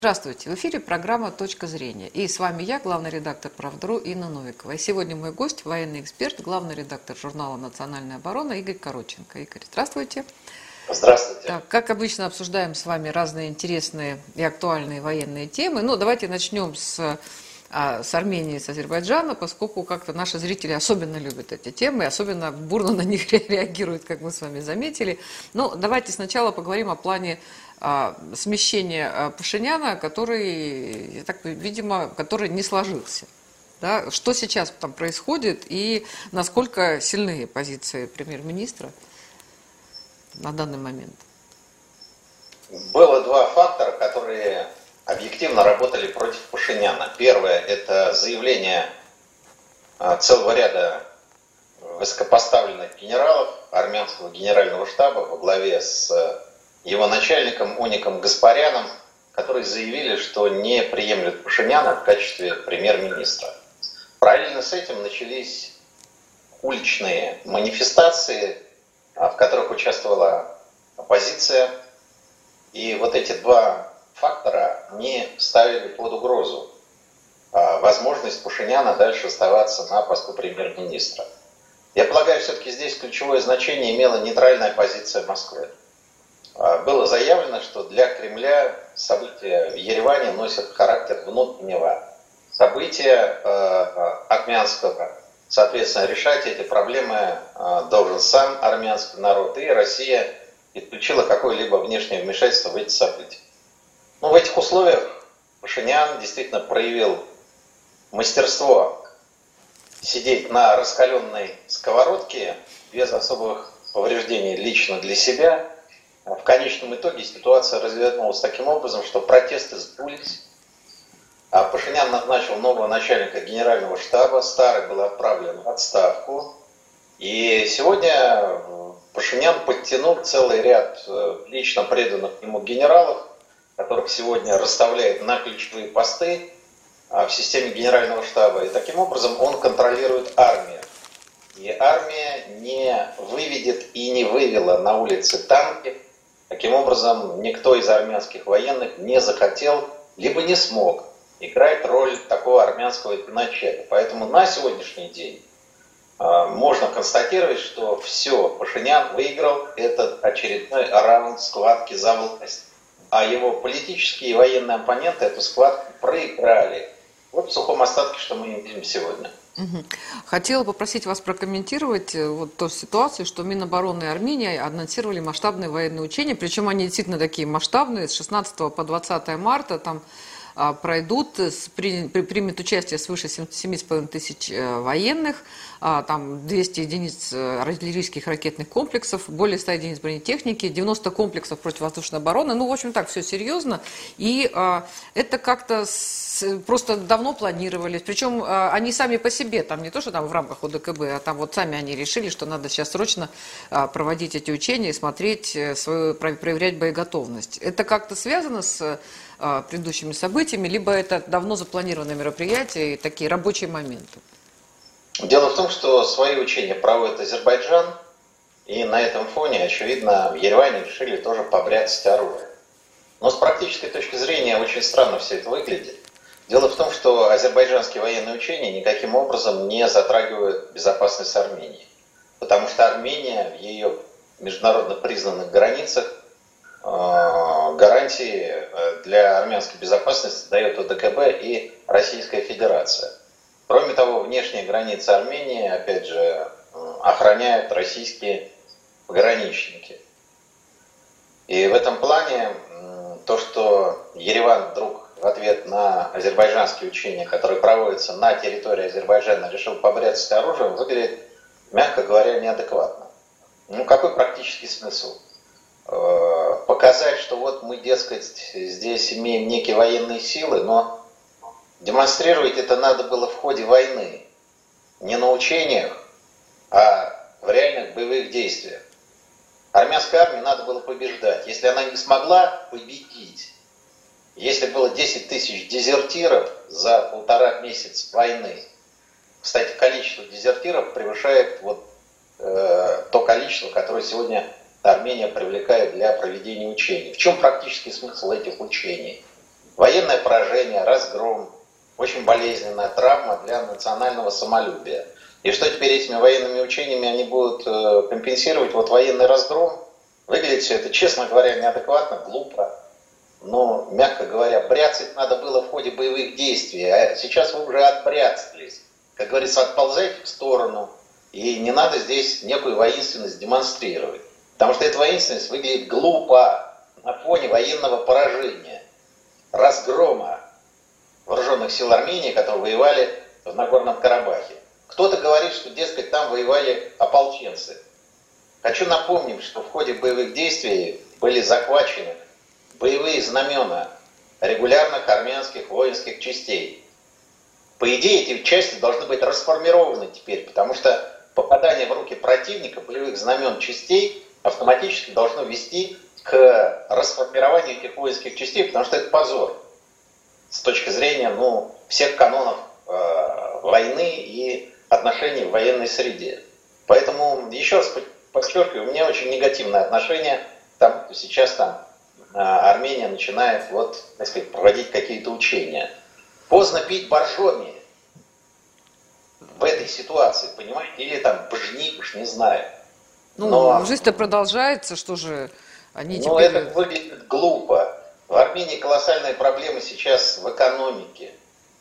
Здравствуйте, в эфире программа «Точка зрения». И с вами я, главный редактор «Правдру» Инна Новикова. И сегодня мой гость, военный эксперт, главный редактор журнала «Национальная оборона» Игорь Коротченко. Игорь, здравствуйте. Здравствуйте. Так, как обычно, обсуждаем с вами разные интересные и актуальные военные темы. Давайте начнем с Армении, с Азербайджана, поскольку как-то наши зрители особенно любят эти темы, особенно бурно на них реагируют, как мы с вами заметили. Давайте сначала поговорим о плане смещения Пашиняна, который, который не сложился. Да? Что сейчас там происходит и насколько сильны позиции премьер-министра на данный момент? Было два фактора, которые объективно работали против Пашиняна. Первое – это заявление целого ряда высокопоставленных генералов армянского генерального штаба во главе с его начальником Уником Гаспаряном, которые заявили, что не приемлют Пашиняна в качестве премьер-министра. Параллельно с этим начались уличные манифестации, в которых участвовала оппозиция. И вот эти два фактора не ставили под угрозу возможность Пашиняна дальше оставаться на посту премьер-министра. Я полагаю, все-таки здесь ключевое значение имела нейтральная позиция Москвы. Было заявлено, что для Кремля события в Ереване носят характер внутреннего события армянского. Соответственно, решать эти проблемы должен сам армянский народ, и Россия исключила какое-либо внешнее вмешательство в эти события. В этих условиях Пашинян действительно проявил мастерство сидеть на раскаленной сковородке без особых повреждений лично для себя. В конечном итоге ситуация развернулась таким образом, что протесты сдулись. Пашинян назначил нового начальника генерального штаба, старый был отправлен в отставку. И сегодня Пашинян подтянул целый ряд лично преданных ему генералов, которых сегодня расставляет на ключевые посты в системе генерального штаба. И таким образом он контролирует армию. И армия не выведет и не вывела на улицы танки. Таким образом, никто из армянских военных не захотел, либо не смог играть роль такого армянского пиночета. Поэтому на сегодняшний день можно констатировать, что все, Пашинян выиграл этот очередной раунд схватки за власть. А его политические и военные оппоненты эту схватку проиграли. Вот в сухом остатке, что мы видим сегодня. Хотела попросить вас прокомментировать вот ту ситуацию, что Минобороны Армении анонсировали масштабные военные учения, причем они действительно такие масштабные, с 16 по 20 марта там пройдут, примет участие свыше 7,5 тысяч военных, там 200 единиц артиллерийских ракетных комплексов, более 100 единиц бронетехники, 90 комплексов противовоздушной обороны. В общем, так, все серьезно. И это как-то просто давно планировались. Причем они сами по себе, там не то, что там в рамках ОДКБ, а там вот сами они решили, что надо сейчас срочно проводить эти учения и смотреть, проверять боеготовность. Это как-то связано с предыдущими событиями, либо это давно запланированное мероприятие и такие рабочие моменты? Дело в том, что свои учения проводит Азербайджан, и на этом фоне, очевидно, в Ереване решили тоже побряцать оружие. Но с практической точки зрения очень странно все это выглядит. Дело в том, что азербайджанские военные учения никаким образом не затрагивают безопасность Армении. Потому что Армения в ее международно признанных границах гарантии для армянской безопасности дает ОДКБ и Российская Федерация. Кроме того, внешние границы Армении, опять же, охраняют российские пограничники. И в этом плане то, что Ереван вдруг в ответ на азербайджанские учения, которые проводятся на территории Азербайджана, решил побряцать оружием, выглядит, мягко говоря, неадекватно. Какой практический смысл? Показать, что вот мы, дескать, здесь имеем некие военные силы, но демонстрировать это надо было в ходе войны. Не на учениях, а в реальных боевых действиях. Армянской армии надо было побеждать. Если она не смогла победить, если было 10 тысяч дезертиров за 1,5 месяца войны, кстати, количество дезертиров превышает то количество, которое сегодня Армения привлекает для проведения учений. В чем практический смысл этих учений? Военное поражение, разгром, очень болезненная травма для национального самолюбия. И что теперь этими военными учениями они будут компенсировать? Вот военный разгром. Выглядит все это, честно говоря, неадекватно, глупо. Но, мягко говоря, бряцать надо было в ходе боевых действий, а сейчас вы уже отбряцались. Как говорится, отползайте в сторону, и не надо здесь некую воинственность демонстрировать. Потому что эта воинственность выглядит глупо на фоне военного поражения, разгрома вооруженных сил Армении, которые воевали в Нагорном Карабахе. Кто-то говорит, что, дескать, там воевали ополченцы. Хочу напомнить, что в ходе боевых действий были захвачены боевые знамена регулярных армянских воинских частей. По идее, эти части должны быть расформированы теперь, потому что попадание в руки противника боевых знамен частей автоматически должно вести к расформированию этих воинских частей, потому что это позор с точки зрения всех канонов войны и отношений в военной среде. Поэтому, еще раз подчеркиваю, у меня очень негативное отношение к тому, что сейчас там Армения начинает так сказать, проводить какие-то учения. Поздно пить боржоми в этой ситуации, понимаете, или там бжник, уж не знаю. Но жизнь-то продолжается, что же они теперь... это выглядит глупо. В Армении колоссальные проблемы сейчас в экономике.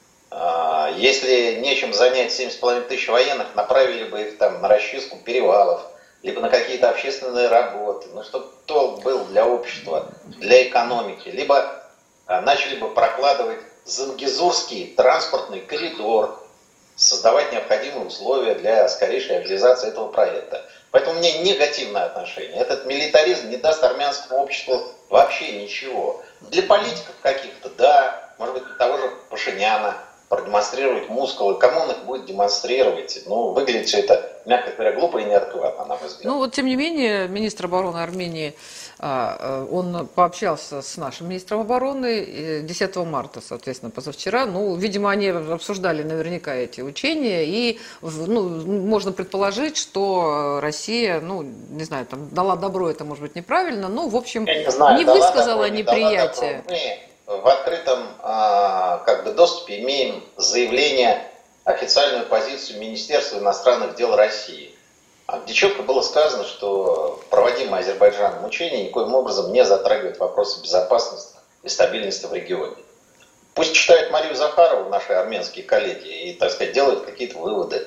Если нечем занять 7,5 тысяч военных, направили бы их там на расчистку перевалов, либо на какие-то общественные работы, чтобы толк был для общества, для экономики, либо начали бы прокладывать Зангезурский транспортный коридор, создавать необходимые условия для скорейшей реализации этого проекта. Поэтому у меня негативное отношение. Этот милитаризм не даст армянскому обществу вообще ничего. Для политиков каких-то, да, может быть, для того же Пашиняна, продемонстрировать мускулы. Кому он их будет демонстрировать? Выглядит все это, мягко говоря, глупо и неадекватно, на мой взгляд. Тем не менее, министр обороны Армении, он пообщался с нашим министром обороны 10 марта, соответственно, позавчера. Видимо, они обсуждали наверняка эти учения, и, можно предположить, что Россия, не знаю, там, дала добро, это может быть неправильно, в общем, не высказала неприятие. В открытом доступе имеем заявление, официальную позицию Министерства иностранных дел России, где четко было сказано, что проводимые Азербайджаном учения никоим образом не затрагивают вопросы безопасности и стабильности в регионе. Пусть читают Марию Захарову наши армянские коллеги и, так сказать, делают какие-то выводы.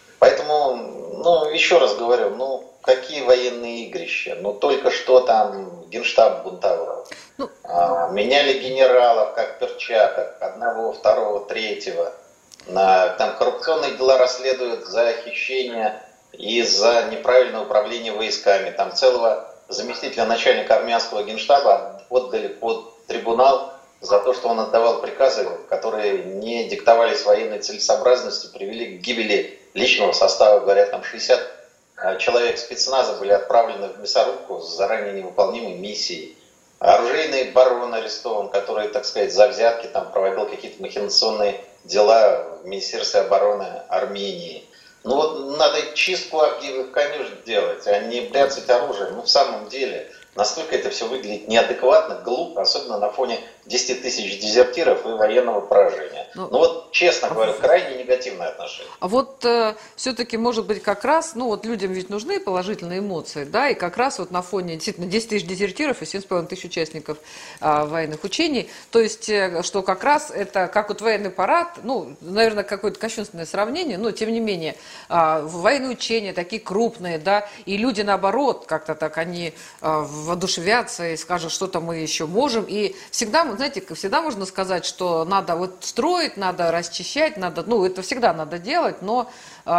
Поэтому, еще раз говорю, какие военные игрища? Только что там Генштаб бунтовал. Меняли генералов, как перчаток, одного, второго, третьего. Там коррупционные дела расследуют за хищение и за неправильное управление войсками. Там целого заместителя начальника армянского генштаба отдали под трибунал за то, что он отдавал приказы, которые не диктовались военной целесообразностью, привели к гибели личного состава. Говорят, там 60 человек спецназа были отправлены в мясорубку с заранее невыполнимой миссией. Оружейный барон арестован, который, так сказать, за взятки там проводил какие-то махинационные дела в Министерстве обороны Армении. Надо чистку Авгиевых конюшен делать, а не бряцать оружием. В самом деле, настолько это все выглядит неадекватно, глупо, особенно на фоне 10 тысяч дезертиров и военного поражения. Честно говоря, крайне негативное отношение. Все-таки, может быть, как раз, людям ведь нужны положительные эмоции, да, и как раз на фоне действительно 10 тысяч дезертиров и 7,5 тысяч участников военных учений, то есть, что как раз это как военный парад, наверное, какое-то кощунственное сравнение, но тем не менее, военные учения такие крупные, да, и люди, наоборот, как-то так, они воодушевятся и скажут, что-то мы еще можем, и всегда, знаете, всегда можно сказать, что надо строить, надо расчищать, надо, это всегда надо делать, но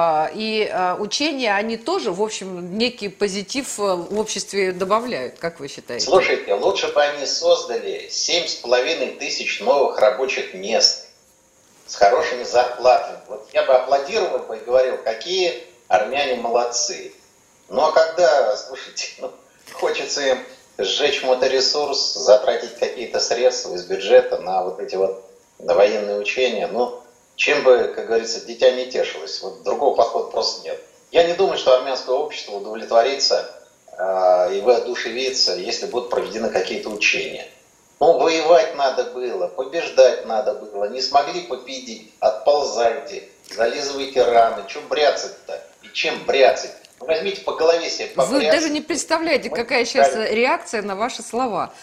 учения, они тоже, в общем, некий позитив в обществе добавляют, как вы считаете? Слушайте, лучше бы они создали 7,5 тысяч новых рабочих мест с хорошими зарплатами. Я бы аплодировал и говорил, какие армяне молодцы. А когда, слушайте, хочется им сжечь моторесурс, затратить какие-то средства из бюджета на эти на военные учения, чем бы, как говорится, дитя не тешилось. Другого подхода просто нет. Я не думаю, что армянское общество удовлетворится и воодушевится, если будут проведены какие-то учения. Ну, воевать надо было, побеждать надо было, не смогли победить, отползайте, зализывайте раны, что бряцать-то? И чем бряцать? Ну, возьмите по голове себе побряцать. Вы даже не представляете, какая сейчас реакция на ваши слова.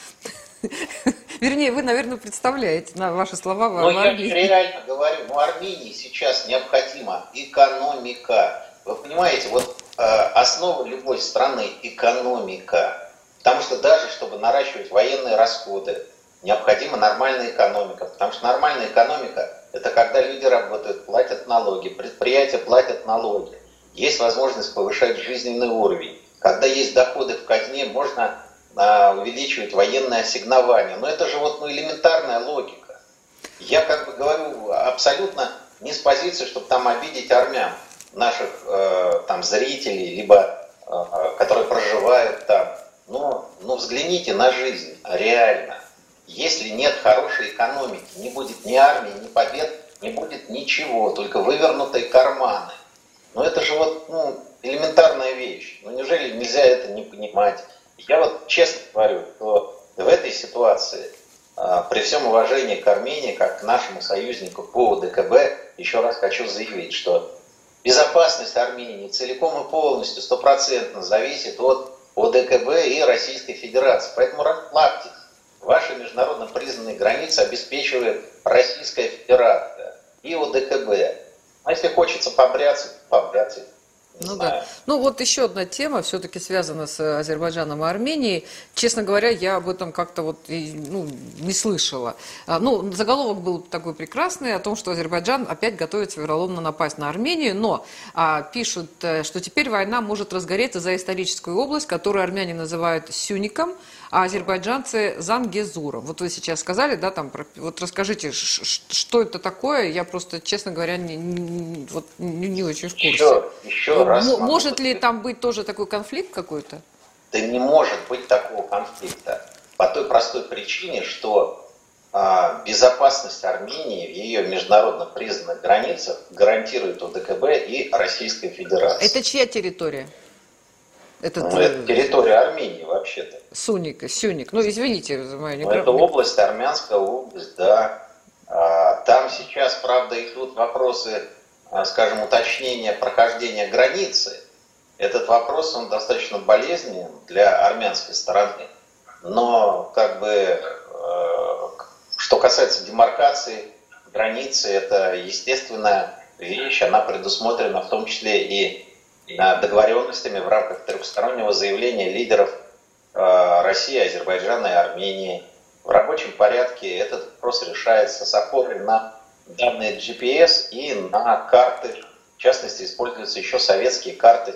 Вернее, вы, наверное, представляете на ваши слова в Армении. Я реально говорю, Армении сейчас необходима экономика. Вы понимаете, вот основа любой страны – экономика. Потому что даже, чтобы наращивать военные расходы, необходима нормальная экономика. Потому что нормальная экономика – это когда люди работают, платят налоги, предприятия платят налоги. Есть возможность повышать жизненный уровень. Когда есть доходы в казне, можно увеличивать военное ассигнование. Но это же вот элементарная логика. Я говорю абсолютно не с позиции, чтобы там обидеть армян, наших там зрителей, либо которые проживают там. Но взгляните на жизнь реально. Если нет хорошей экономики, не будет ни армии, ни побед, не будет ничего, только вывернутые карманы. Но это же элементарная вещь. Неужели нельзя это не понимать? Я честно говорю, что в этой ситуации, при всем уважении к Армении, как к нашему союзнику по ОДКБ, еще раз хочу заявить, что безопасность Армении целиком и полностью, 100% зависит от ОДКБ и Российской Федерации. Поэтому расслабьтесь. Ваши международно признанные границы обеспечивает Российская Федерация и ОДКБ. А если хочется побряцать, побряцать. Да. Еще одна тема, все-таки связана с Азербайджаном и Арменией. Честно говоря, я об этом как-то не слышала. Заголовок был такой прекрасный о том, что Азербайджан опять готовится вероломно напасть на Армению, но пишут, что теперь война может разгореться за историческую область, которую армяне называют Сюником, а азербайджанцы Зангезуром. Вот вы сейчас сказали, да, там, расскажите, что это такое? Я просто, честно говоря, не очень в курсе. Еще раз. Может ли там быть тоже такой конфликт какой-то? Да не может быть такого конфликта. По той простой причине, что безопасность Армении в ее международно признанных границах гарантирует ОДКБ и Российская Федерация. Это чья территория? Это территория Армении вообще-то. Сюник. Извините за мою неграмотность. Это область, Армянская область, да. Там сейчас, правда, идут вопросы, скажем, уточнения прохождения границы. Этот вопрос, он достаточно болезненен для армянской стороны. Но, что касается демаркации границы, это естественная вещь, она предусмотрена в том числе и договоренностями в рамках трехстороннего заявления лидеров России, Азербайджана и Армении. В рабочем порядке этот вопрос решается с опорой на данные GPS и на карты. В частности, используются еще советские карты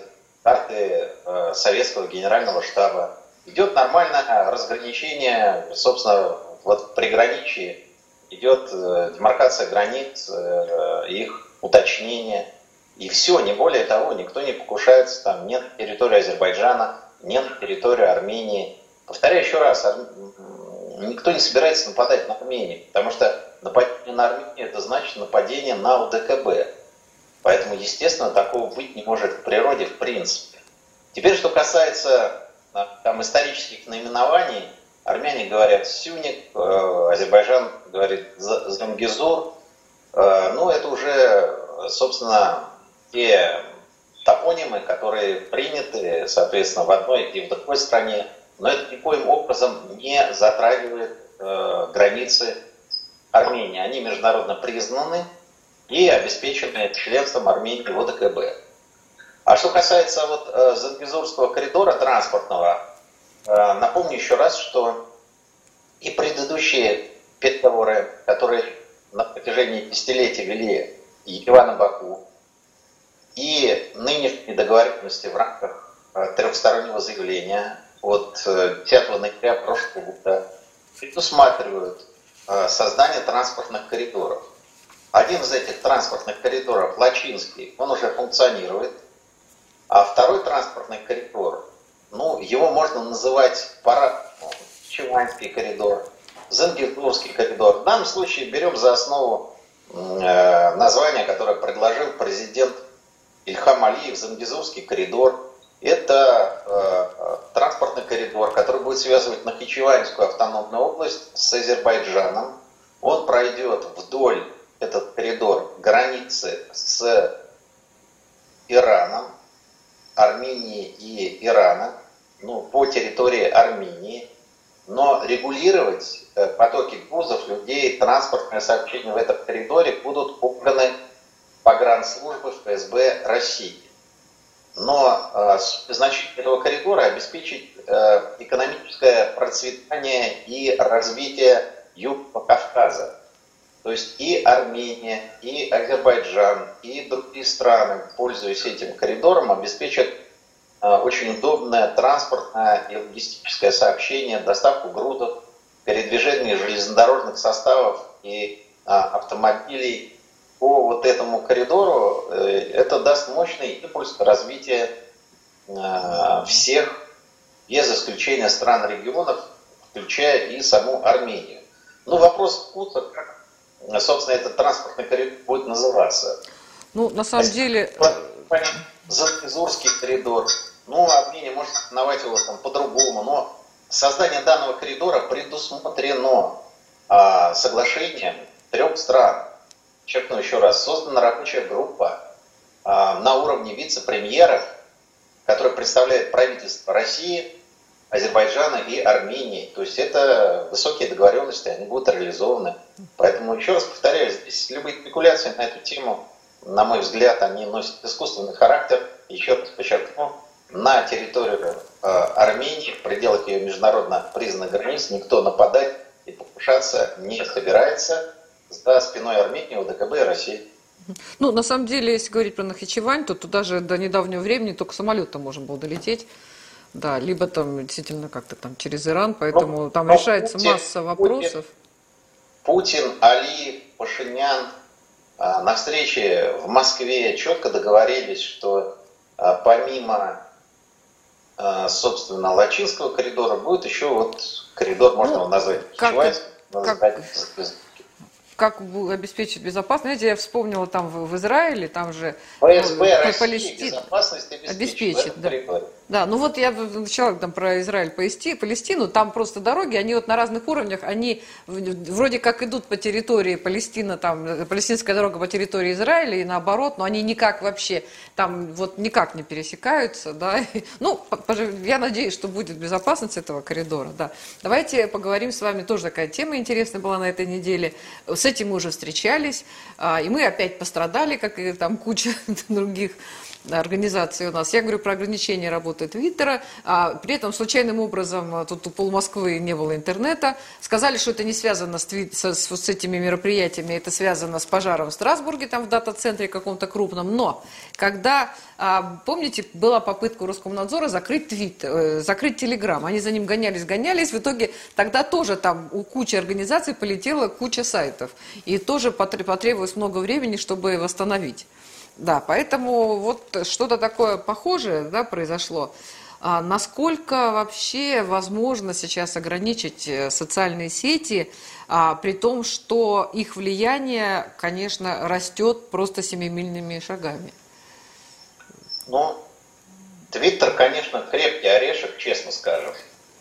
советского генерального штаба. Идет нормальное разграничение, собственно, в приграничии идет демаркация границ, их уточнение. И все, не более того, никто не покушается там ни на территорию Азербайджана, ни на территорию Армении. Повторяю еще раз, никто не собирается нападать на Армению, потому что нападение на Армению – это значит нападение на ОДКБ. Поэтому, естественно, такого быть не может в природе в принципе. Теперь, что касается исторических наименований, армяне говорят Сюник, Азербайджан говорит Зангезур. Это уже, собственно, те топонимы, которые приняты, соответственно, в одной и в другой стране, но это никоим образом не затрагивает границы Армении. Они международно признаны и обеспечены членством Армении в ОДКБ. А что касается Зангезурского коридора транспортного, напомню еще раз, что и предыдущие переговоры, которые на протяжении десятилетий вели Ереван и Баку, и нынешние договоренности в рамках трехстороннего заявления от 10 ноября прошлого года предусматривают создание транспортных коридоров. Один из этих транспортных коридоров, Лачинский, он уже функционирует, а второй транспортный коридор, его можно называть по-разному: Чеванский коридор, Зангезурский коридор. В данном случае берем за основу название, которое предложил президент Ильхам Алиев, Зангезурский коридор. Это транспортный коридор, который будет связывать Нахичеванскую автономную область с Азербайджаном. Он пройдет вдоль, этот коридор, границы с Ираном, Арменией и Ираном, по территории Армении. Но регулировать потоки грузов, людей, транспортное сообщение в этом коридоре будут органы погранслужбы ФСБ России. Но значение этого коридора обеспечить экономическое процветание и развитие Южного Кавказа. То есть и Армения, и Азербайджан, и другие страны, пользуясь этим коридором, обеспечат очень удобное транспортное и логистическое сообщение, доставку грузов, передвижение железнодорожных составов и автомобилей по вот этому коридору. Это даст мощный импульс развития всех, без исключения стран регионов, включая и саму Армению. Вопрос вкуса, как, собственно, этот транспортный коридор будет называться. На самом деле... Занкизурский коридор. Армения может именовать его там по-другому, но создание данного коридора предусмотрено соглашением 3 стран. Подчеркну еще раз, создана рабочая группа на уровне вице-премьеров, которая представляет правительство России, Азербайджана и Армении. То есть это высокие договоренности, они будут реализованы. Поэтому, еще раз повторяю, здесь любые спекуляции на эту тему, на мой взгляд, они носят искусственный характер. Еще раз подчеркну, на территорию Армении, в пределах ее международно признанных границ, никто нападать и покушаться не собирается. За спиной Армении, ОДКБ и России. На самом деле, если говорить про Нахичевань, то туда же до недавнего времени только самолетом можно было долететь. Да, либо там действительно как-то там через Иран, поэтому там решается масса вопросов. Путин, Алиев, Пашинян на встрече в Москве четко договорились, что помимо, собственно, Лачинского коридора будет еще коридор, можно его назвать Нахичеванский, как обеспечить безопасность. Знаете, я вспомнила там в Израиле, там же ФСБ России безопасность обеспечит. Да. Да, я начала там про Израиль, Палестину, там просто дороги, они на разных уровнях, они вроде как идут по территории Палестины, там палестинская дорога по территории Израиля и наоборот, но они никак вообще там никак не пересекаются, да. Я надеюсь, что будет безопасность этого коридора, да. Давайте поговорим с вами, тоже такая тема интересная была на этой неделе. С этим мы уже встречались, и мы опять пострадали, как и там куча других организаций у нас. Я говорю про ограничение работы Твиттера. При этом случайным образом тут у полмосквы не было интернета. Сказали, что это не связано с этими мероприятиями, это связано с пожаром в Страсбурге, там в дата-центре каком-то крупном. Но когда, помните, была попытка у Роскомнадзора закрыть Телеграм. Они за ним гонялись. В итоге тогда тоже там у кучи организаций полетела куча сайтов. И тоже потребовалось много времени, чтобы восстановить. Да, поэтому что-то такое похожее, да, произошло. Насколько вообще возможно сейчас ограничить социальные сети, при том, что их влияние, конечно, растет просто семимильными шагами? Твиттер, конечно, крепкий орешек, честно скажем.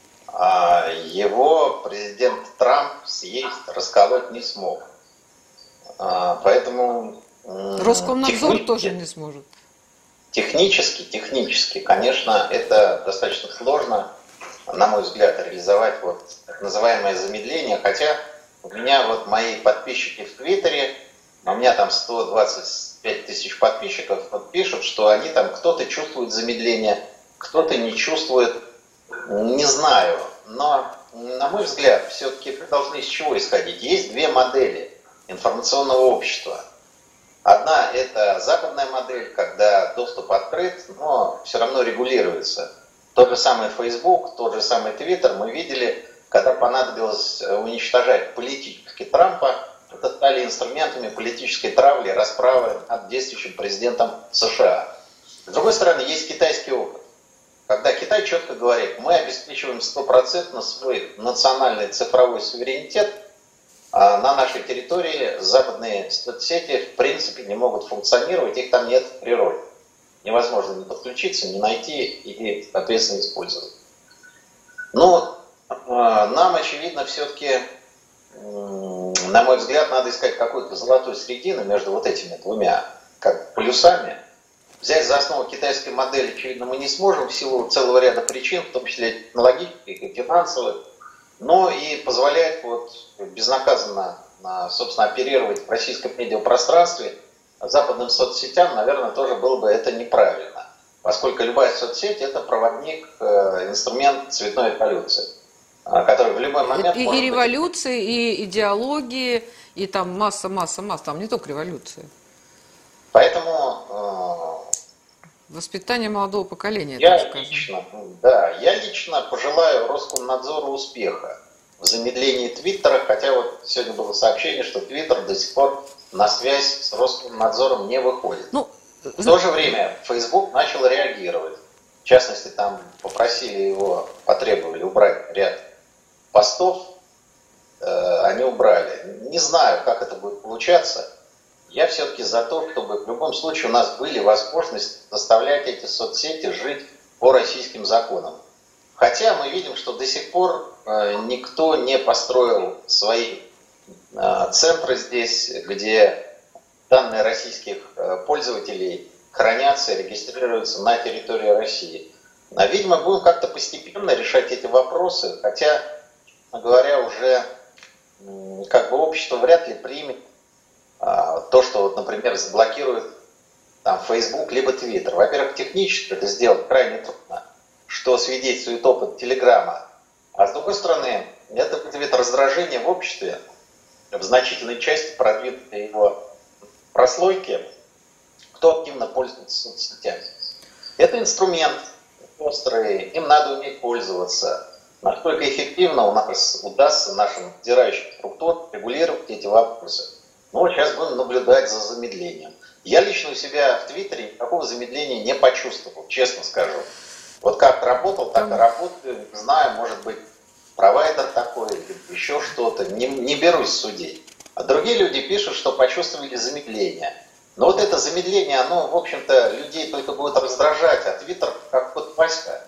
Его президент Трамп съесть, расколоть не смог. Поэтому... Роскомнадзор тоже не сможет. Технически, конечно, это достаточно сложно, на мой взгляд, реализовать так называемое замедление. Хотя у меня мои подписчики в Твиттере, у меня там 125 тысяч подписчиков, пишут, что они там, кто-то чувствует замедление, кто-то не чувствует, не знаю. Но, на мой взгляд, все-таки должны из чего исходить? Есть 2 модели информационного общества. Одна – это западная модель, когда доступ открыт, но все равно регулируется. Тот же самый Facebook, тот же самый Twitter мы видели, когда понадобилось уничтожать политически Трампа, это стали инструментами политической травли, расправы над действующим президентом США. С другой стороны, есть китайский опыт. Когда Китай четко говорит, мы обеспечиваем 100% свой национальный цифровой суверенитет, на нашей территории западные соцсети в принципе не могут функционировать, их там нет в природе. невозможно не подключиться, не найти и, соответственно, использовать. Но нам, очевидно, все-таки, на мой взгляд, надо искать какую-то золотую середину между вот этими двумя как полюсами. Взять за основу китайской модели, очевидно, мы не сможем в силу целого ряда причин, в том числе технологических и финансовых, но и позволяет вот безнаказанно, собственно, оперировать в российском медиапространстве западным соцсетям, наверное, тоже было бы это неправильно, поскольку любая соцсеть – это проводник, инструмент цветной эволюции, который в любой момент и может революции, быть... и идеологии, и там масса, там не только революции. Поэтому воспитание молодого поколения, я лично пожелаю Роскомнадзору успеха в замедлении Твиттера, хотя вот сегодня было сообщение, что Твиттер до сих пор на связь с Роскомнадзором не выходит. В то же время Facebook начал реагировать. В частности, там потребовали убрать ряд постов, они убрали. Не знаю, как это будет получаться. Я все-таки за то, чтобы в любом случае у нас были возможности заставлять эти соцсети жить по российским законам. Хотя мы видим, что до сих пор никто не построил свои центры здесь, где данные российских пользователей хранятся и регистрируются на территории России. Видимо, будем как-то постепенно решать эти вопросы, хотя, говоря, уже общество вряд ли примет то, что, вот, например, заблокирует там Facebook либо Twitter. Во-первых, технически это сделать крайне трудно, что свидетельствует опыт Телеграма. А с другой стороны, это вызовет раздражение в обществе, в значительной части продвинутой его прослойки, кто активно пользуется соцсетями. Это инструмент острый, им надо уметь пользоваться. Насколько эффективно у нас удастся нашим надзирающим структурам регулировать эти вопросы. Но сейчас будем наблюдать за замедлением. Я лично у себя в Твиттере никакого замедления не почувствовал, честно скажу. Вот как работал, так и работаю. Не знаю, может быть, провайдер такой, или еще что-то. Не берусь судить. А другие люди пишут, что почувствовали замедление. Но вот это замедление, оно, в общем-то, людей только будет раздражать. А Твиттер, как кот Васька.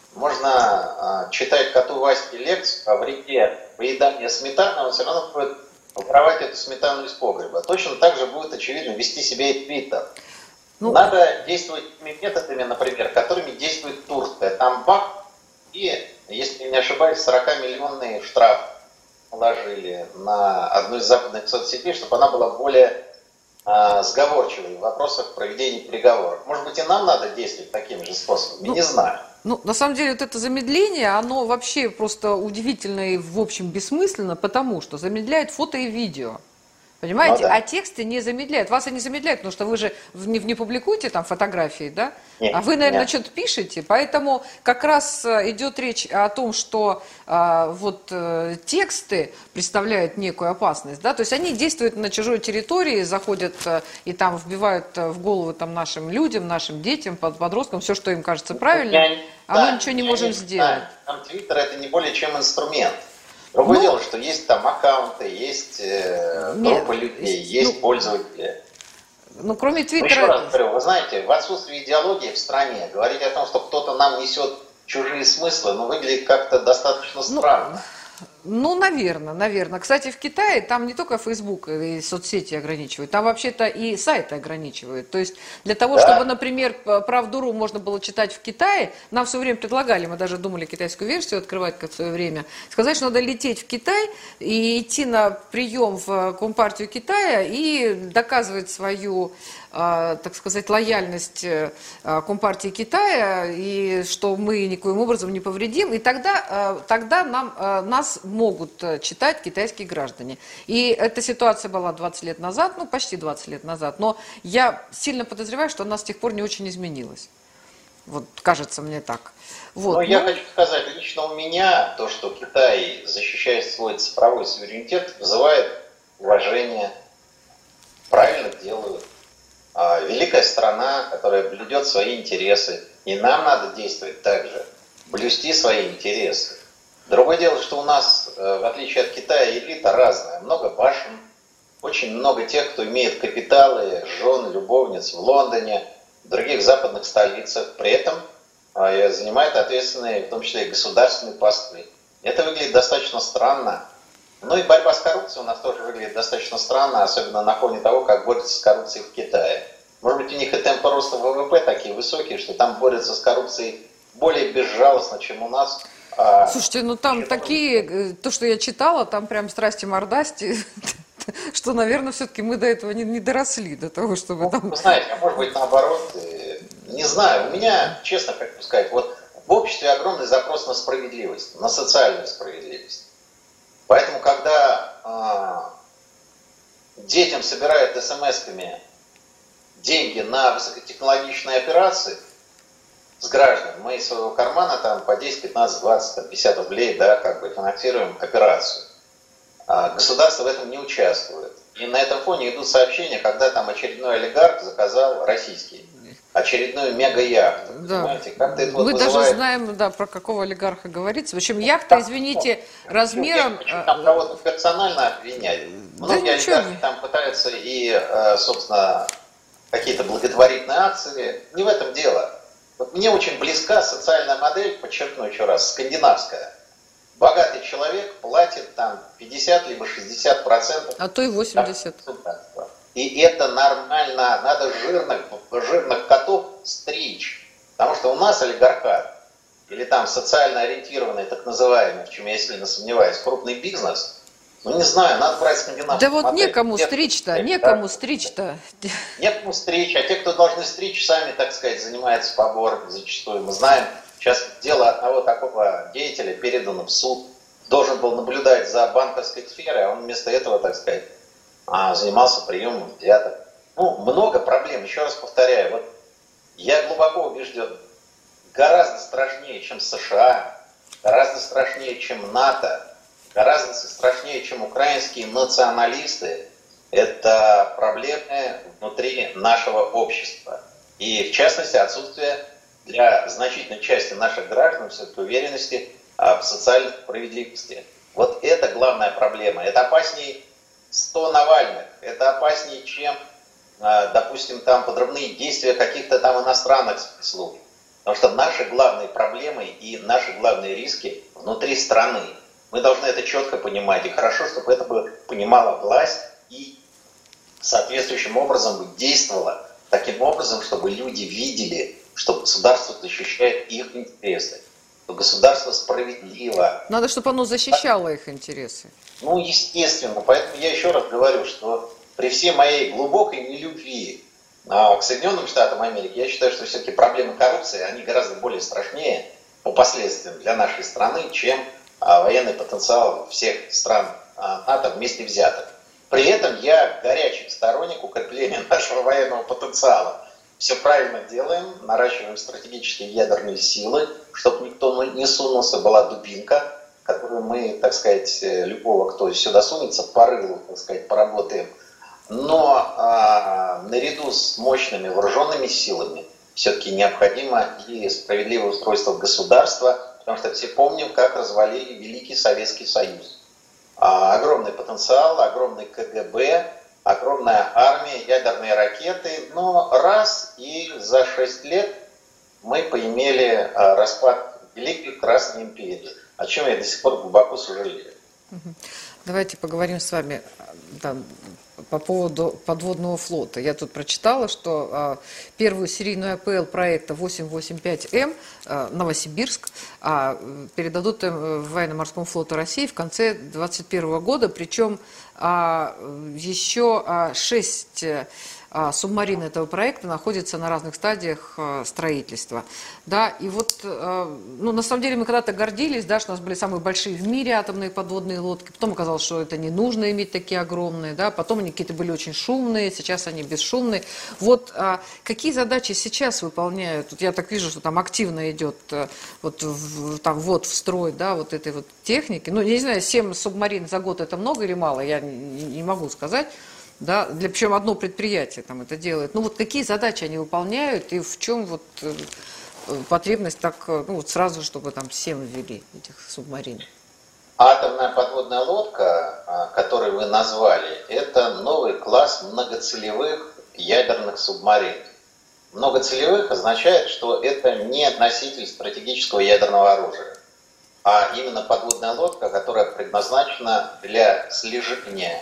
Можно читать коту Ваське лекцию о вреде поедания сметаны, он все равно будет воровать эту сметану из погреба. Точно так же будет, очевидно, вести себя и Твиттер. Надо действовать теми методами, например, которыми действует Турция. Там бах, и, если не ошибаюсь, 40-миллионный штраф положили на одну из западных соцсетей, чтобы она была более сговорчивой в вопросах проведения переговоров. Может быть, и нам надо действовать таким же способом? Не знаю. На самом деле, вот это замедление, оно вообще просто удивительно и, в общем, бессмысленно, потому что замедляет фото и видео. Понимаете? А тексты не замедляют. Вас они замедляют, потому что вы же не публикуете там фотографии, да? Нет, а вы, наверное, что-то пишете. Поэтому как раз идет речь о том, что тексты представляют некую опасность, да? То есть они действуют на чужой территории, заходят и там вбивают в голову там, нашим людям, нашим детям, подросткам, все, что им кажется правильным, мы ничего не можем сделать. Там Твиттер это не более чем инструмент. Другое дело, что есть там аккаунты, есть группы людей, есть пользователи. Кроме Твиттера... Еще раз говорю, вы знаете, в отсутствии идеологии в стране говорить о том, что кто-то нам несет чужие смыслы, выглядит как-то достаточно странно. Наверное. Кстати, в Китае там не только Facebook и соцсети ограничивают, там вообще-то и сайты ограничивают. То есть для того, чтобы, например, Правду.ру можно было читать в Китае, нам все время предлагали, мы даже думали китайскую версию открывать как в свое время, сказать, что надо лететь в Китай и идти на прием в Компартию Китая и доказывать свою, так сказать, лояльность Компартии Китая, и что мы никоим образом не повредим, и тогда нас могут читать китайские граждане. И эта ситуация была 20 лет назад, почти 20 лет назад, но я сильно подозреваю, что она с тех пор не очень изменилась. Вот, кажется мне так. Я хочу сказать, лично у меня то, что Китай защищает свой цифровой суверенитет, вызывает уважение. Правильно делают. Великая страна, которая блюдет свои интересы. И нам надо действовать так же. Блюсти свои интересы. Другое дело, что у нас, в отличие от Китая, элита разная. Много башен, очень много тех, кто имеет капиталы, жен, любовниц в Лондоне, в других западных столицах, при этом занимает ответственные, в том числе и государственные посты. Это выглядит достаточно странно. Ну и борьба с коррупцией у нас тоже выглядит достаточно странно, особенно на фоне того, как борются с коррупцией в Китае. Может быть, у них и темпы роста ВВП такие высокие, что там борются с коррупцией более безжалостно, чем у нас. Слушайте, ну там такие, то, что я читала, там прям страсти-мордасти, что, наверное, все-таки мы до этого не доросли, до того, чтобы там... Вы знаете, а может быть наоборот, не знаю, у меня, честно хочу сказать, вот в обществе огромный запрос на справедливость, на социальную справедливость. Поэтому, когда детям собирают смс-ками деньги на высокотехнологичные операции с граждан, мы из своего кармана там по 10, 15, 20, 50 рублей, да, как бы финансируем операцию. Государство в этом не участвует. И на этом фоне идут сообщения, когда там очередной олигарх заказал российский очередную мега-яхту. Да. Понимаете, как-то это Мы вызывает... даже знаем, да, про какого олигарха говорится. Причем яхта, извините, размером... Там кого-то персонально обвинять. Многие олигархи там пытаются и, собственно, какие-то благотворительные акции. Не в этом дело. Вот мне очень близка социальная модель, подчеркну еще раз, скандинавская. Богатый человек платит там 50 либо 60%. А то и 80%. И это нормально. Надо жирных котов стричь. Потому что у нас олигархат, или там социально ориентированный, так называемый, в чем я сильно сомневаюсь, крупный бизнес, ну не знаю, надо брать скандинавскую Да вот модель. некому стричь-то, некому стричь-то. Некому стричь, а те, кто должны стричь, сами, так сказать, занимаются побором зачастую. Мы знаем, сейчас дело одного такого деятеля передано в суд, должен был наблюдать за банковской сферой, а он вместо этого, так сказать, занимался приемом взяток. Ну, много проблем. Еще раз повторяю, вот я глубоко убежден, гораздо страшнее, чем США, гораздо страшнее, чем НАТО, гораздо страшнее, чем украинские националисты, это проблемы внутри нашего общества. И, в частности, отсутствие для значительной части наших граждан все-таки уверенности в социальной справедливости. Вот это главная проблема. Это опаснее 100 Навальных. Это опаснее, чем, допустим, там подрывные действия каких-то там иностранных спецслужб. Потому что наши главные проблемы и наши главные риски внутри страны. Мы должны это четко понимать. И хорошо, чтобы это понимала власть и соответствующим образом действовала таким образом, чтобы люди видели, что государство защищает их интересы, что государство справедливо. Надо, чтобы оно защищало их интересы. Ну, естественно. Поэтому я еще раз говорю, что при всей моей глубокой нелюбви к Соединенным Штатам Америки, я считаю, что все-таки проблемы коррупции, они гораздо более страшнее по последствиям для нашей страны, чем военный потенциал всех стран НАТО вместе взятых. При этом я горячий сторонник укрепления нашего военного потенциала. Все правильно делаем, наращиваем стратегические ядерные силы, чтобы никто не сунулся, была дубинка, которую мы, так сказать, любого, кто сюда сунется, по рылу, так сказать, поработаем. Но наряду с мощными вооруженными силами все-таки необходимо и справедливое устройство государства, потому что все помним, как развалили Великий Советский Союз. Огромный потенциал, огромный КГБ, огромная армия, ядерные ракеты, но раз и за 6 лет мы поимели распад Великой Красной империи, о чем я до сих пор глубоко сожалею. Давайте поговорим с вами по поводу подводного флота. Я тут прочитала, что первую серийную АПЛ проекта 885М Новосибирск передадут военно-морскому флоту России в конце 2021 года, причем еще 6 субмарин этого проекта находятся на разных стадиях строительства. Да, и вот, ну, на самом деле мы когда-то гордились, да, что у нас были самые большие в мире атомные подводные лодки, потом оказалось, что это не нужно иметь такие огромные, да, потом они какие-то были очень шумные, сейчас они бесшумные. Вот какие задачи сейчас выполняют? Вот я так вижу, что там активно идет там ввод в строй, да, вот этой вот техники. Ну, я не знаю, 7 субмарин за год это много или мало, я не могу сказать. Да, причем одно предприятие там это делает. Ну вот какие задачи они выполняют и в чем вот потребность так, ну вот сразу, чтобы там 7 ввели этих субмарин? Атомная подводная лодка, которую вы назвали, это новый класс многоцелевых ядерных субмарин. Многоцелевых означает, что это не носитель стратегического ядерного оружия, а именно подводная лодка, которая предназначена для слежения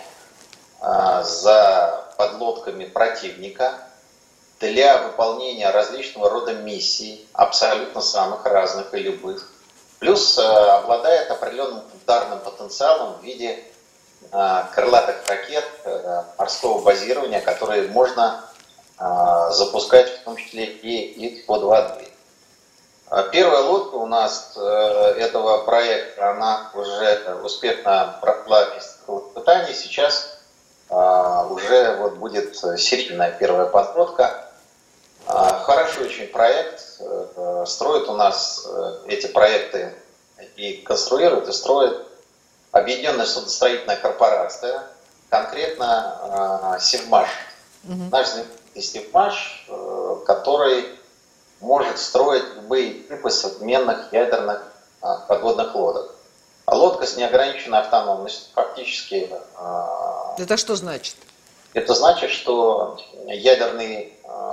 за подлодками противника, для выполнения различного рода миссий, абсолютно самых разных и любых. Плюс обладает определенным ударным потенциалом в виде крылатых ракет морского базирования, которые можно запускать в том числе и из-под воды. Первая лодка у нас этого проекта, она уже успешно прошла испытания. Сейчас уже вот будет серийная первая подводка. Хороший очень проект. Строит у нас эти проекты и конструирует, и строит Объединенная судостроительная корпорация, конкретно Севмаш. Наш знаменитый Севмаш, который может строить любые типы современных ядерных подводных лодок. А лодка с неограниченной автономностью фактически... Это что значит? Это значит, что ядерный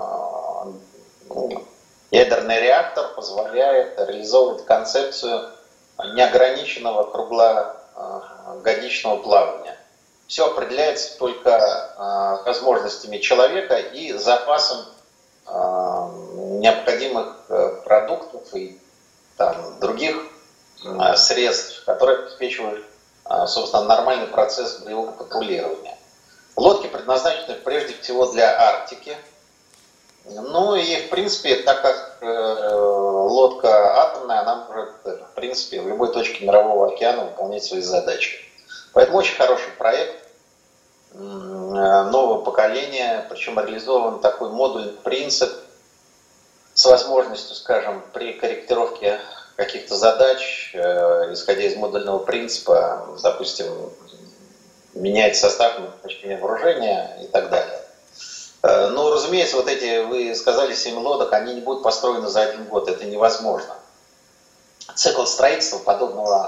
реактор позволяет реализовывать концепцию неограниченного круглогодичного плавания. Все определяется только возможностями человека и запасом необходимых продуктов и других средств, которые обеспечивают, собственно, нормальный процесс боевого патрулирования. Лодки предназначены прежде всего для Арктики. Ну и, в принципе, так как лодка атомная, она может, в принципе, в любой точке Мирового океана выполнять свои задачи. Поэтому очень хороший проект нового поколения, причем реализован такой модульный принцип с возможностью, скажем, при корректировке каких-то задач, исходя из модульного принципа, допустим, менять состав назначения вооружения и так далее. Но, разумеется, вот эти, вы сказали, 7 лодок, они не будут построены за 1 год, это невозможно. Цикл строительства подобного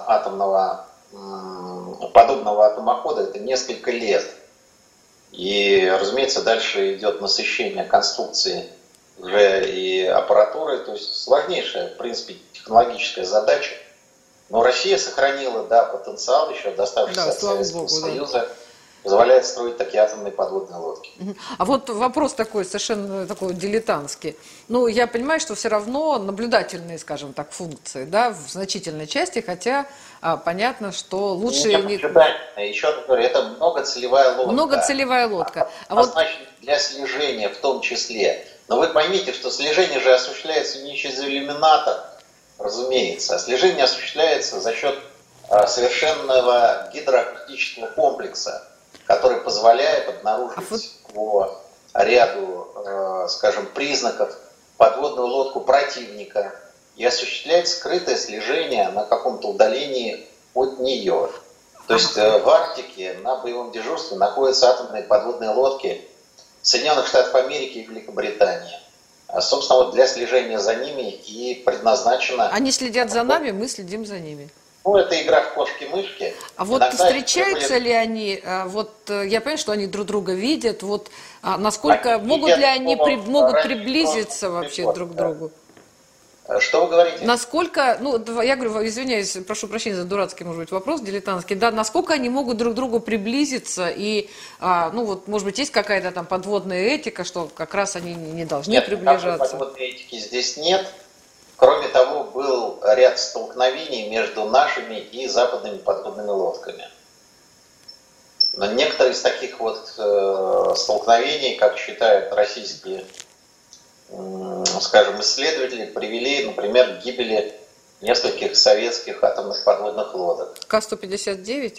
атомохода это несколько лет. И, разумеется, дальше идет насыщение конструкции уже и аппаратуры, то есть сложнейшая, в принципе, технологическая задача. Но Россия сохранила, потенциал еще, доставшийся от Советского Союза, позволяет строить такие атомные подводные лодки. А вот вопрос такой, совершенно такой дилетантский. Ну, я понимаю, что все равно наблюдательные, скажем так, функции, в значительной части, хотя понятно, что лучше... Еще раз говорю, это многоцелевая лодка. Многоцелевая лодка. Для слежения в том числе. Но вы поймите, что слежение же осуществляется не через иллюминатор, разумеется. А слежение осуществляется за счет совершенного гидроакустического комплекса, который позволяет обнаружить по ряду, скажем, признаков подводную лодку противника и осуществлять скрытое слежение на каком-то удалении от нее. То есть в Арктике на боевом дежурстве находятся атомные подводные лодки Соединенных Штатов Америки и Великобритании. Собственно, вот для слежения за ними и предназначено... Они следят за нами, мы следим за ними. Ну, это игра в кошки-мышки. А вот встречаются ли они, я понимаю, что они друг друга видят, насколько, могут приблизиться вообще друг к другу? Что вы говорите? Насколько, я говорю, извиняюсь, прошу прощения за дурацкий, может быть, вопрос дилетантский, насколько они могут друг к другу приблизиться и, может быть, есть какая-то там подводная этика, что как раз они не должны приближаться? Нет, подводной этики здесь нет. Кроме того, был ряд столкновений между нашими и западными подводными лодками. Но некоторые из таких столкновений, как считают российские, скажем, исследователи, привели, например, к гибели нескольких советских атомных подводных лодок. К-159?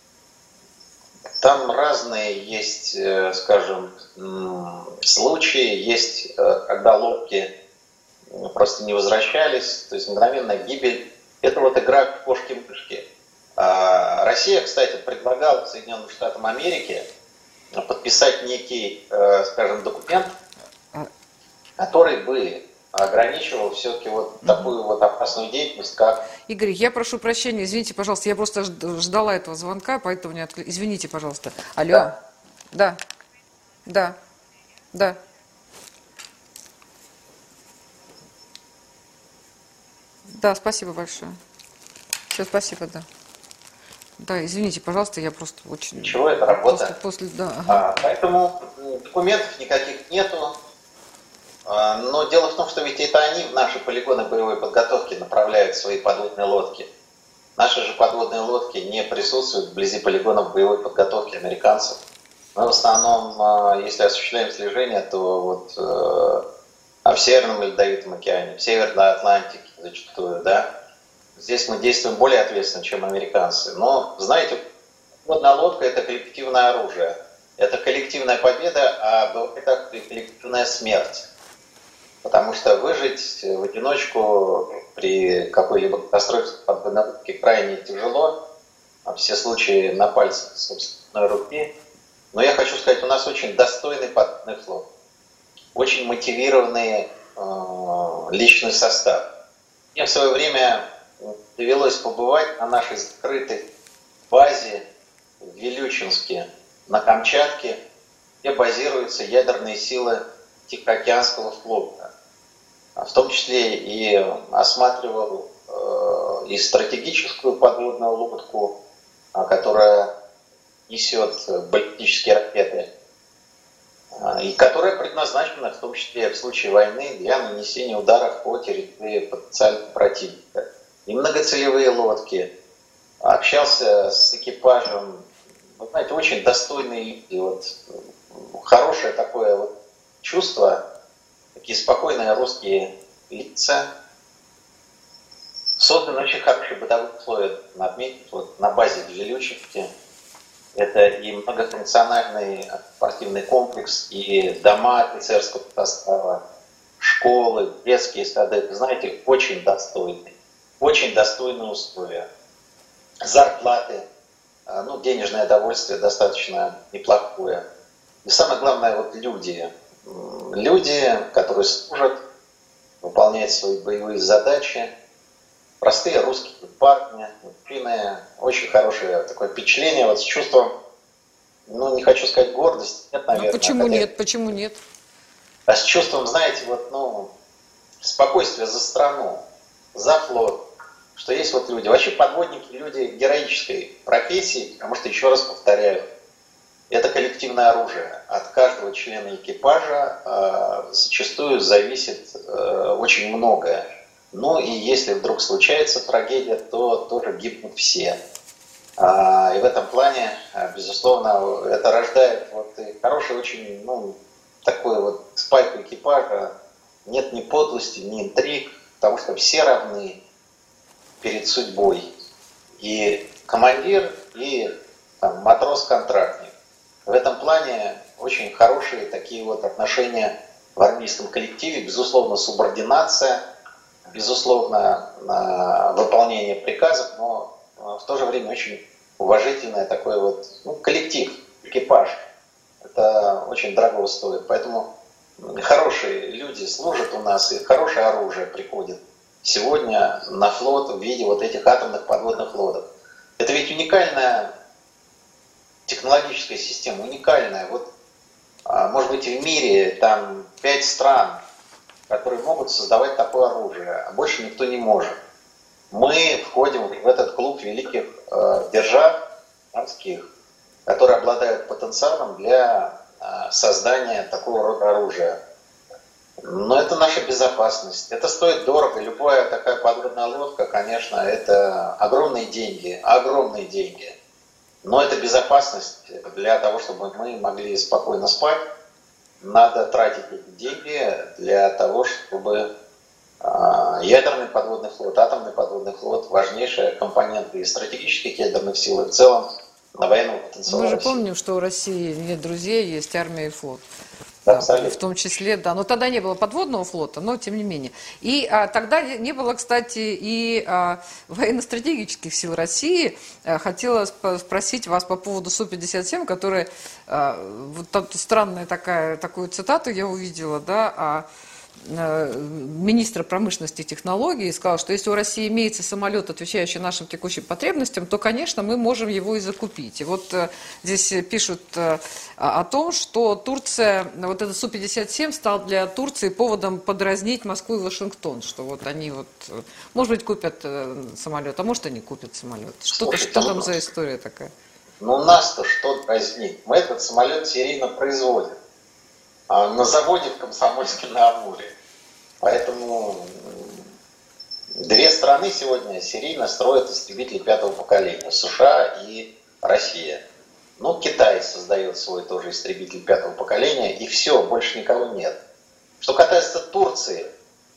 Там разные есть, скажем, случаи. Есть, когда лодки просто не возвращались, то есть мгновенная гибель. Это игра в кошки-мышки. Россия, кстати, предлагала Соединенным Штатам Америки подписать некий, скажем, документ, который бы ограничивал все-таки такую опасную деятельность, как... Игорь, я прошу прощения, извините, пожалуйста, я просто ждала этого звонка, поэтому не откликнулась. Извините, пожалуйста. Алло. Да. Да, спасибо большое. Все, спасибо, да. Да, извините, пожалуйста, я просто очень... Ничего, это работа. Да, ага. Поэтому документов никаких нету. Но дело в том, что ведь это они в наши полигоны боевой подготовки направляют свои подводные лодки. Наши же подводные лодки не присутствуют вблизи полигонов боевой подготовки американцев. Мы в основном, если осуществляем слежение, то вот в Северном Ледовитом океане, в Северной Атлантике зачастую, да. Здесь мы действуем более ответственно, чем американцы. Но, знаете, подводная лодка – это коллективное оружие. Это коллективная победа, а бывает так и коллективная смерть. Потому что выжить в одиночку при какой-либо катастрофе подводной лодки крайне тяжело. Все случаи на пальцах собственной руки. Но я хочу сказать, у нас очень достойный подводный флот. Очень мотивированный личный состав. Мне в свое время довелось побывать на нашей закрытой базе в Вилючинске на Камчатке, где базируются ядерные силы Тихоокеанского флота. В том числе и осматривал и стратегическую подводную лодку, которая несет баллистические ракеты, и которая предназначена в том числе в случае войны для нанесения ударов по территории потенциального противника. И многоцелевые лодки. Общался с экипажем, вы знаете, очень достойные люди. Вот, хорошее такое вот чувство, такие спокойные русские лица. Созданы очень хорошие бытовые условия, надо отметить, вот на базе в Вилючинске. Это и многофункциональный спортивный комплекс, и дома офицерского состава, школы, детские сады. Вы знаете, очень достойные условия. Зарплаты, денежное довольствие достаточно неплохое. И самое главное, вот люди. Люди, которые служат, выполняют свои боевые задачи. Простые русские парни, мужчины. Очень хорошее такое впечатление, вот с чувством, не хочу сказать гордости, нет, наверное. Почему нет? Почему нет? А с чувством, знаете, спокойствия за страну, за флот. Что есть вот люди, вообще подводники, люди героической профессии, потому что, еще раз повторяю, это коллективное оружие. От каждого члена экипажа зачастую зависит очень многое. Ну и если вдруг случается трагедия, то тоже гибнут все. И в этом плане, безусловно, это рождает хороший очень, такой вот спайк экипажа. Нет ни подлости, ни интриг, потому что все равны перед судьбой. И командир, и матрос-контрактник. В этом плане очень хорошие такие вот отношения в армейском коллективе. Безусловно, субординация, безусловно, выполнение приказов, но в то же время очень уважительный такой коллектив, экипаж. Это очень дорого стоит. Поэтому хорошие люди служат у нас, и хорошее оружие приходит сегодня на флот в виде вот этих атомных подводных лодок. Это ведь уникальная технологическая система, уникальная. Может быть, в мире там 5 стран, которые могут создавать такое оружие, а больше никто не может. Мы входим в этот клуб великих держав морских, которые обладают потенциалом для создания такого рода оружия. Но это наша безопасность. Это стоит дорого. Любая такая подводная лодка, конечно, это огромные деньги. Огромные деньги. Но это безопасность. Для того, чтобы мы могли спокойно спать, надо тратить эти деньги для того, чтобы ядерный подводный флот, атомный подводный флот, важнейшая компонента и стратегических ядерных сил, и в целом на военном потенциале. Мы же помним, что у России нет друзей, есть армия и флот. Да, в том числе, да. Но тогда не было подводного флота, но тем не менее. И тогда не было, кстати, и военно-стратегических сил России. Хотела спросить вас по поводу Су-57, которая, вот странная такую цитату я увидела, да, министра промышленности и технологий и сказал, что если у России имеется самолет, отвечающий нашим текущим потребностям, то, конечно, мы можем его и закупить. И вот здесь пишут о том, что Турция, вот этот Су-57 стал для Турции поводом подразнить Москву и Вашингтон, что вот они вот, может быть, купят самолет, а может, они купят самолет. Что там за история такая? Ну, нас-то что дразнит? Мы этот самолет серийно производим на заводе в Комсомольске-на-Амуре. Поэтому две страны сегодня серийно строят истребители пятого поколения. США и Россия. Ну, Китай создает свой тоже истребитель пятого поколения, и все, больше никого нет. Что касается Турции,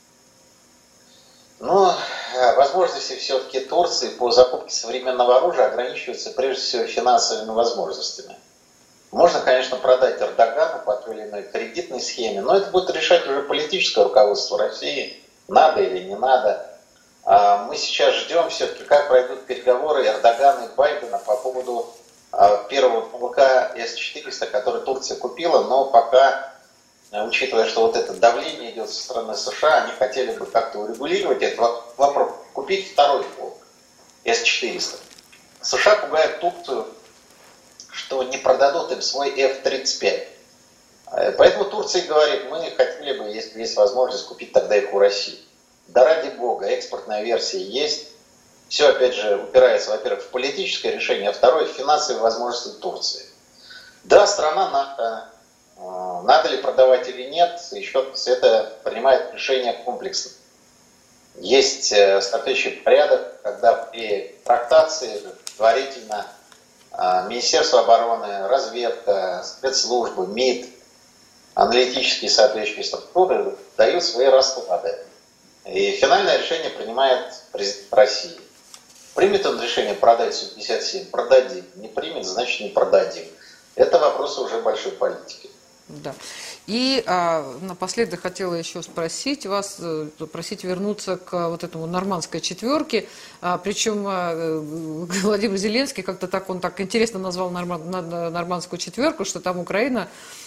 ну, возможности все-таки Турции по закупке современного оружия ограничиваются прежде всего финансовыми возможностями. Можно, конечно, продать Эрдогану по той или иной кредитной схеме, но это будет решать уже политическое руководство России, надо или не надо. Мы сейчас ждем все-таки, как пройдут переговоры Эрдогана и Байдена по поводу первого полка С-400, который Турция купила, но пока, учитывая, что вот это давление идет со стороны США, они хотели бы как-то урегулировать этот вопрос, купить второй полк С-400. США пугают Турцию, что не продадут им свой F-35. Поэтому Турция говорит, мы хотели бы, если есть возможность, купить тогда их у России. Да ради бога, экспортная версия есть. Все, опять же, упирается, во-первых, в политическое решение, а второе, в финансовые возможности Турции. Да, страна НАТО. Надо ли продавать или нет, еще раз, это принимает решение комплексно. Есть соответствующий порядок, когда при трактации предварительно Министерство обороны, разведка, спецслужбы, МИД, аналитические соответствующие структуры дают свои расклады. И финальное решение принимает президент России. Примет он решение продать Су-57, продадим. Не примет, значит не продадим. Это вопросы уже большой политики. Да. И напоследок хотела еще спросить вас, попросить вернуться к вот этому нормандской четверке. Причем Владимир Зеленский как-то так, он так интересно назвал нормандскую четверку, что там Украина,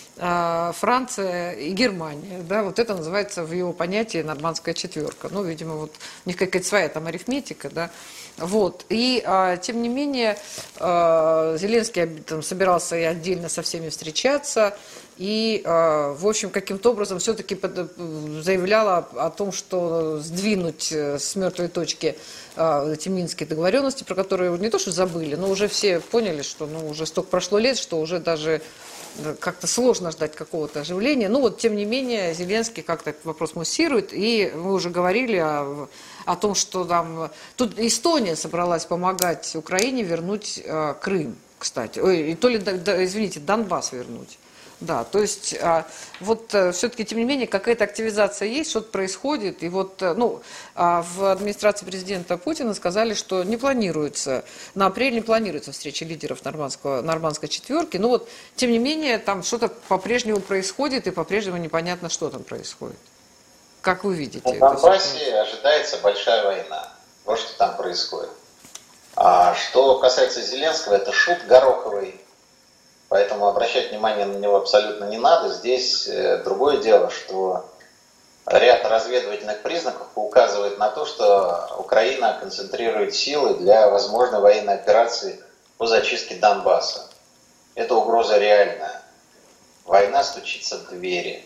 Франция и Германия. Да, вот это называется в его понятии нормандская четверка. Ну, видимо, вот у них какая-то своя там арифметика, да. Вот. И, тем не менее, Зеленский там собирался и отдельно со всеми встречаться. И, в общем, каким-то образом все-таки заявляла о том, что сдвинуть с мертвой точки эти минские договоренности, про которые не то что забыли, но уже все поняли, что уже столько прошло лет, что уже даже как-то сложно ждать какого-то оживления. Ну вот, тем не менее, Зеленский как-то этот вопрос муссирует. И мы уже говорили о том, что там... Тут Эстония собралась помогать Украине вернуть Крым, кстати. Ой, то ли, извините, Донбасс вернуть. Да, то есть вот все-таки, тем не менее, какая-то активизация есть, что-то происходит. И вот, в администрации президента Путина сказали, что не планируется, на апрель не планируется встреча лидеров нормандской четверки. Но вот, тем не менее, там что-то по-прежнему происходит, и по-прежнему непонятно, что там происходит. Как вы видите? В Донбассе ожидается большая война. Вот что там происходит. А что касается Зеленского, это шут гороховый. Поэтому обращать внимание на него абсолютно не надо. Здесь другое дело, что ряд разведывательных признаков указывает на то, что Украина концентрирует силы для возможной военной операции по зачистке Донбасса. Это угроза реальная. Война стучится в двери.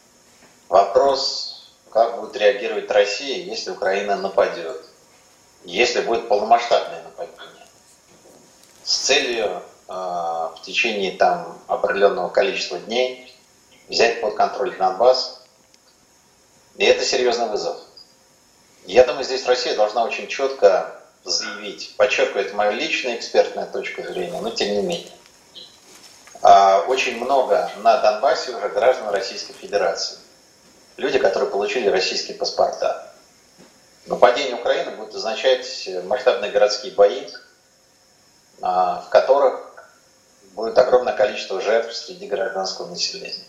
Вопрос, как будет реагировать Россия, если Украина нападет. Если будет полномасштабное нападение. С целью в течение определенного количества дней взять под контроль Донбасс. И это серьезный вызов. Я думаю, здесь Россия должна очень четко заявить, подчеркиваю, это моя личная экспертная точка зрения, но тем не менее. Очень много на Донбассе уже граждан Российской Федерации. Люди, которые получили российские паспорта. Нападение Украины будет означать масштабные городские бои, в которых будет огромное количество жертв среди гражданского населения.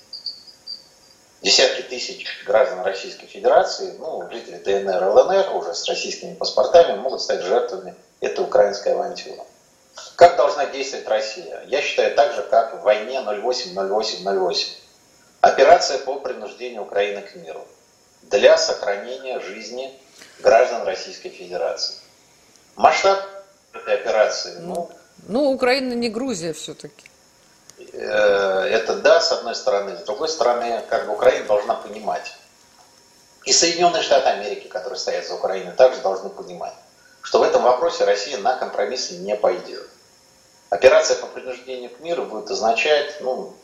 Десятки тысяч граждан Российской Федерации, жители ДНР, ЛНР уже с российскими паспортами могут стать жертвами этой украинской авантюры. Как должна действовать Россия? Я считаю так же, как в войне 08-08-08. Операция по принуждению Украины к миру. для сохранения жизни граждан Российской Федерации. Масштаб этой операции, ну, Украина не Грузия все-таки. Это да, с одной стороны. С другой стороны, как бы Украина должна понимать. И Соединенные Штаты Америки, которые стоят за Украиной, также должны понимать, что в этом вопросе Россия на компромиссы не пойдет. Операция по принуждению к миру будет означать,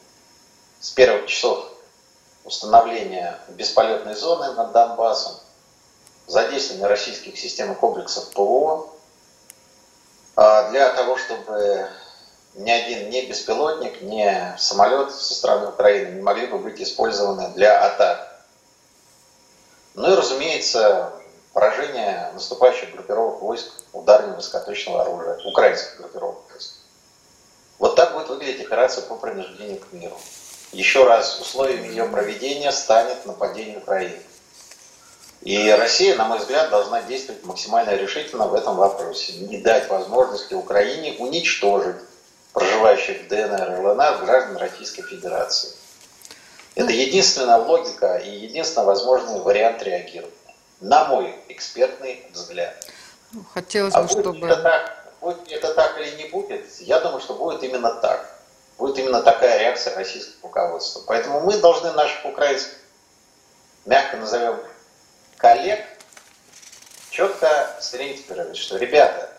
с первых часов установления бесполетной зоны над Донбассом, задействование российских систем и комплексов ПВО, для того, чтобы ни один ни беспилотник, ни самолет со стороны Украины не могли бы быть использованы для атак. Ну и, разумеется, поражение наступающих группировок войск ударного высокоточного оружия, украинских группировок войск. Вот так будет выглядеть операция по принуждению к миру. Еще раз, условием ее проведения станет нападение Украины. И Россия, на мой взгляд, должна действовать максимально решительно в этом вопросе. Не дать возможности Украине уничтожить проживающих в ДНР и ЛНР граждан Российской Федерации. Это единственная логика и единственно возможный вариант реагирования, на мой экспертный взгляд. Хотелось бы, чтобы... Будет это так или не будет, я думаю, что будет именно так. Будет именно такая реакция российского руководства. Поэтому мы должны наших украинских, мягко назовем, коллег, четко сориентировать, что, ребята,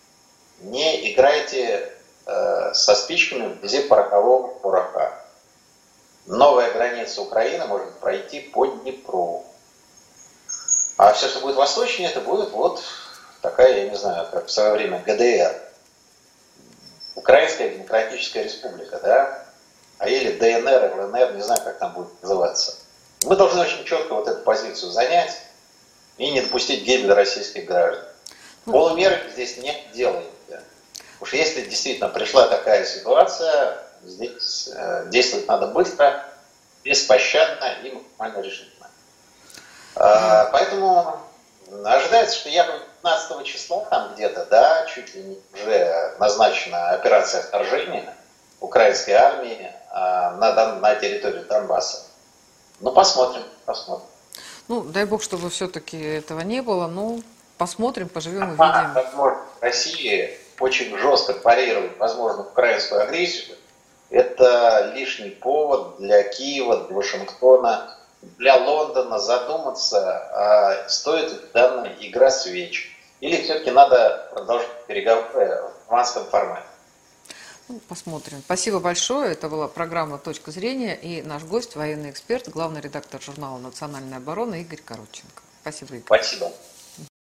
не играйте со спичками вблизи порохового пороха. Новая граница Украины может пройти по Днепру. А все, что будет восточнее, это будет вот такая, я не знаю, как в свое время ГДР. Украинская Демократическая Республика, да? Или ДНР, ЛНР, не знаю, как там будет называться. Мы должны очень четко вот эту позицию занять и не допустить гибели российских граждан. Полумеры здесь не делаем. Уж если действительно пришла такая ситуация, здесь действовать надо быстро, беспощадно и максимально решительно. Поэтому ожидается, что якобы 15 числа там где-то, да, чуть ли не уже назначена операция вторжения украинской армии на территорию Донбасса. Ну, посмотрим. Ну, дай бог, чтобы все-таки этого не было. Ну, посмотрим, поживем, увидим. Возможно, Россия очень жестко парировать возможную украинскую агрессию. Это лишний повод для Киева, для Вашингтона, для Лондона задуматься, стоит ли данная игра свеч. Или все-таки надо продолжить переговоры в нормандском формате. Ну, посмотрим. Спасибо большое. Это была программа «Точка зрения» и наш гость, военный эксперт, главный редактор журнала «Национальная оборона» Игорь Коротченко. Спасибо, Игорь. Спасибо.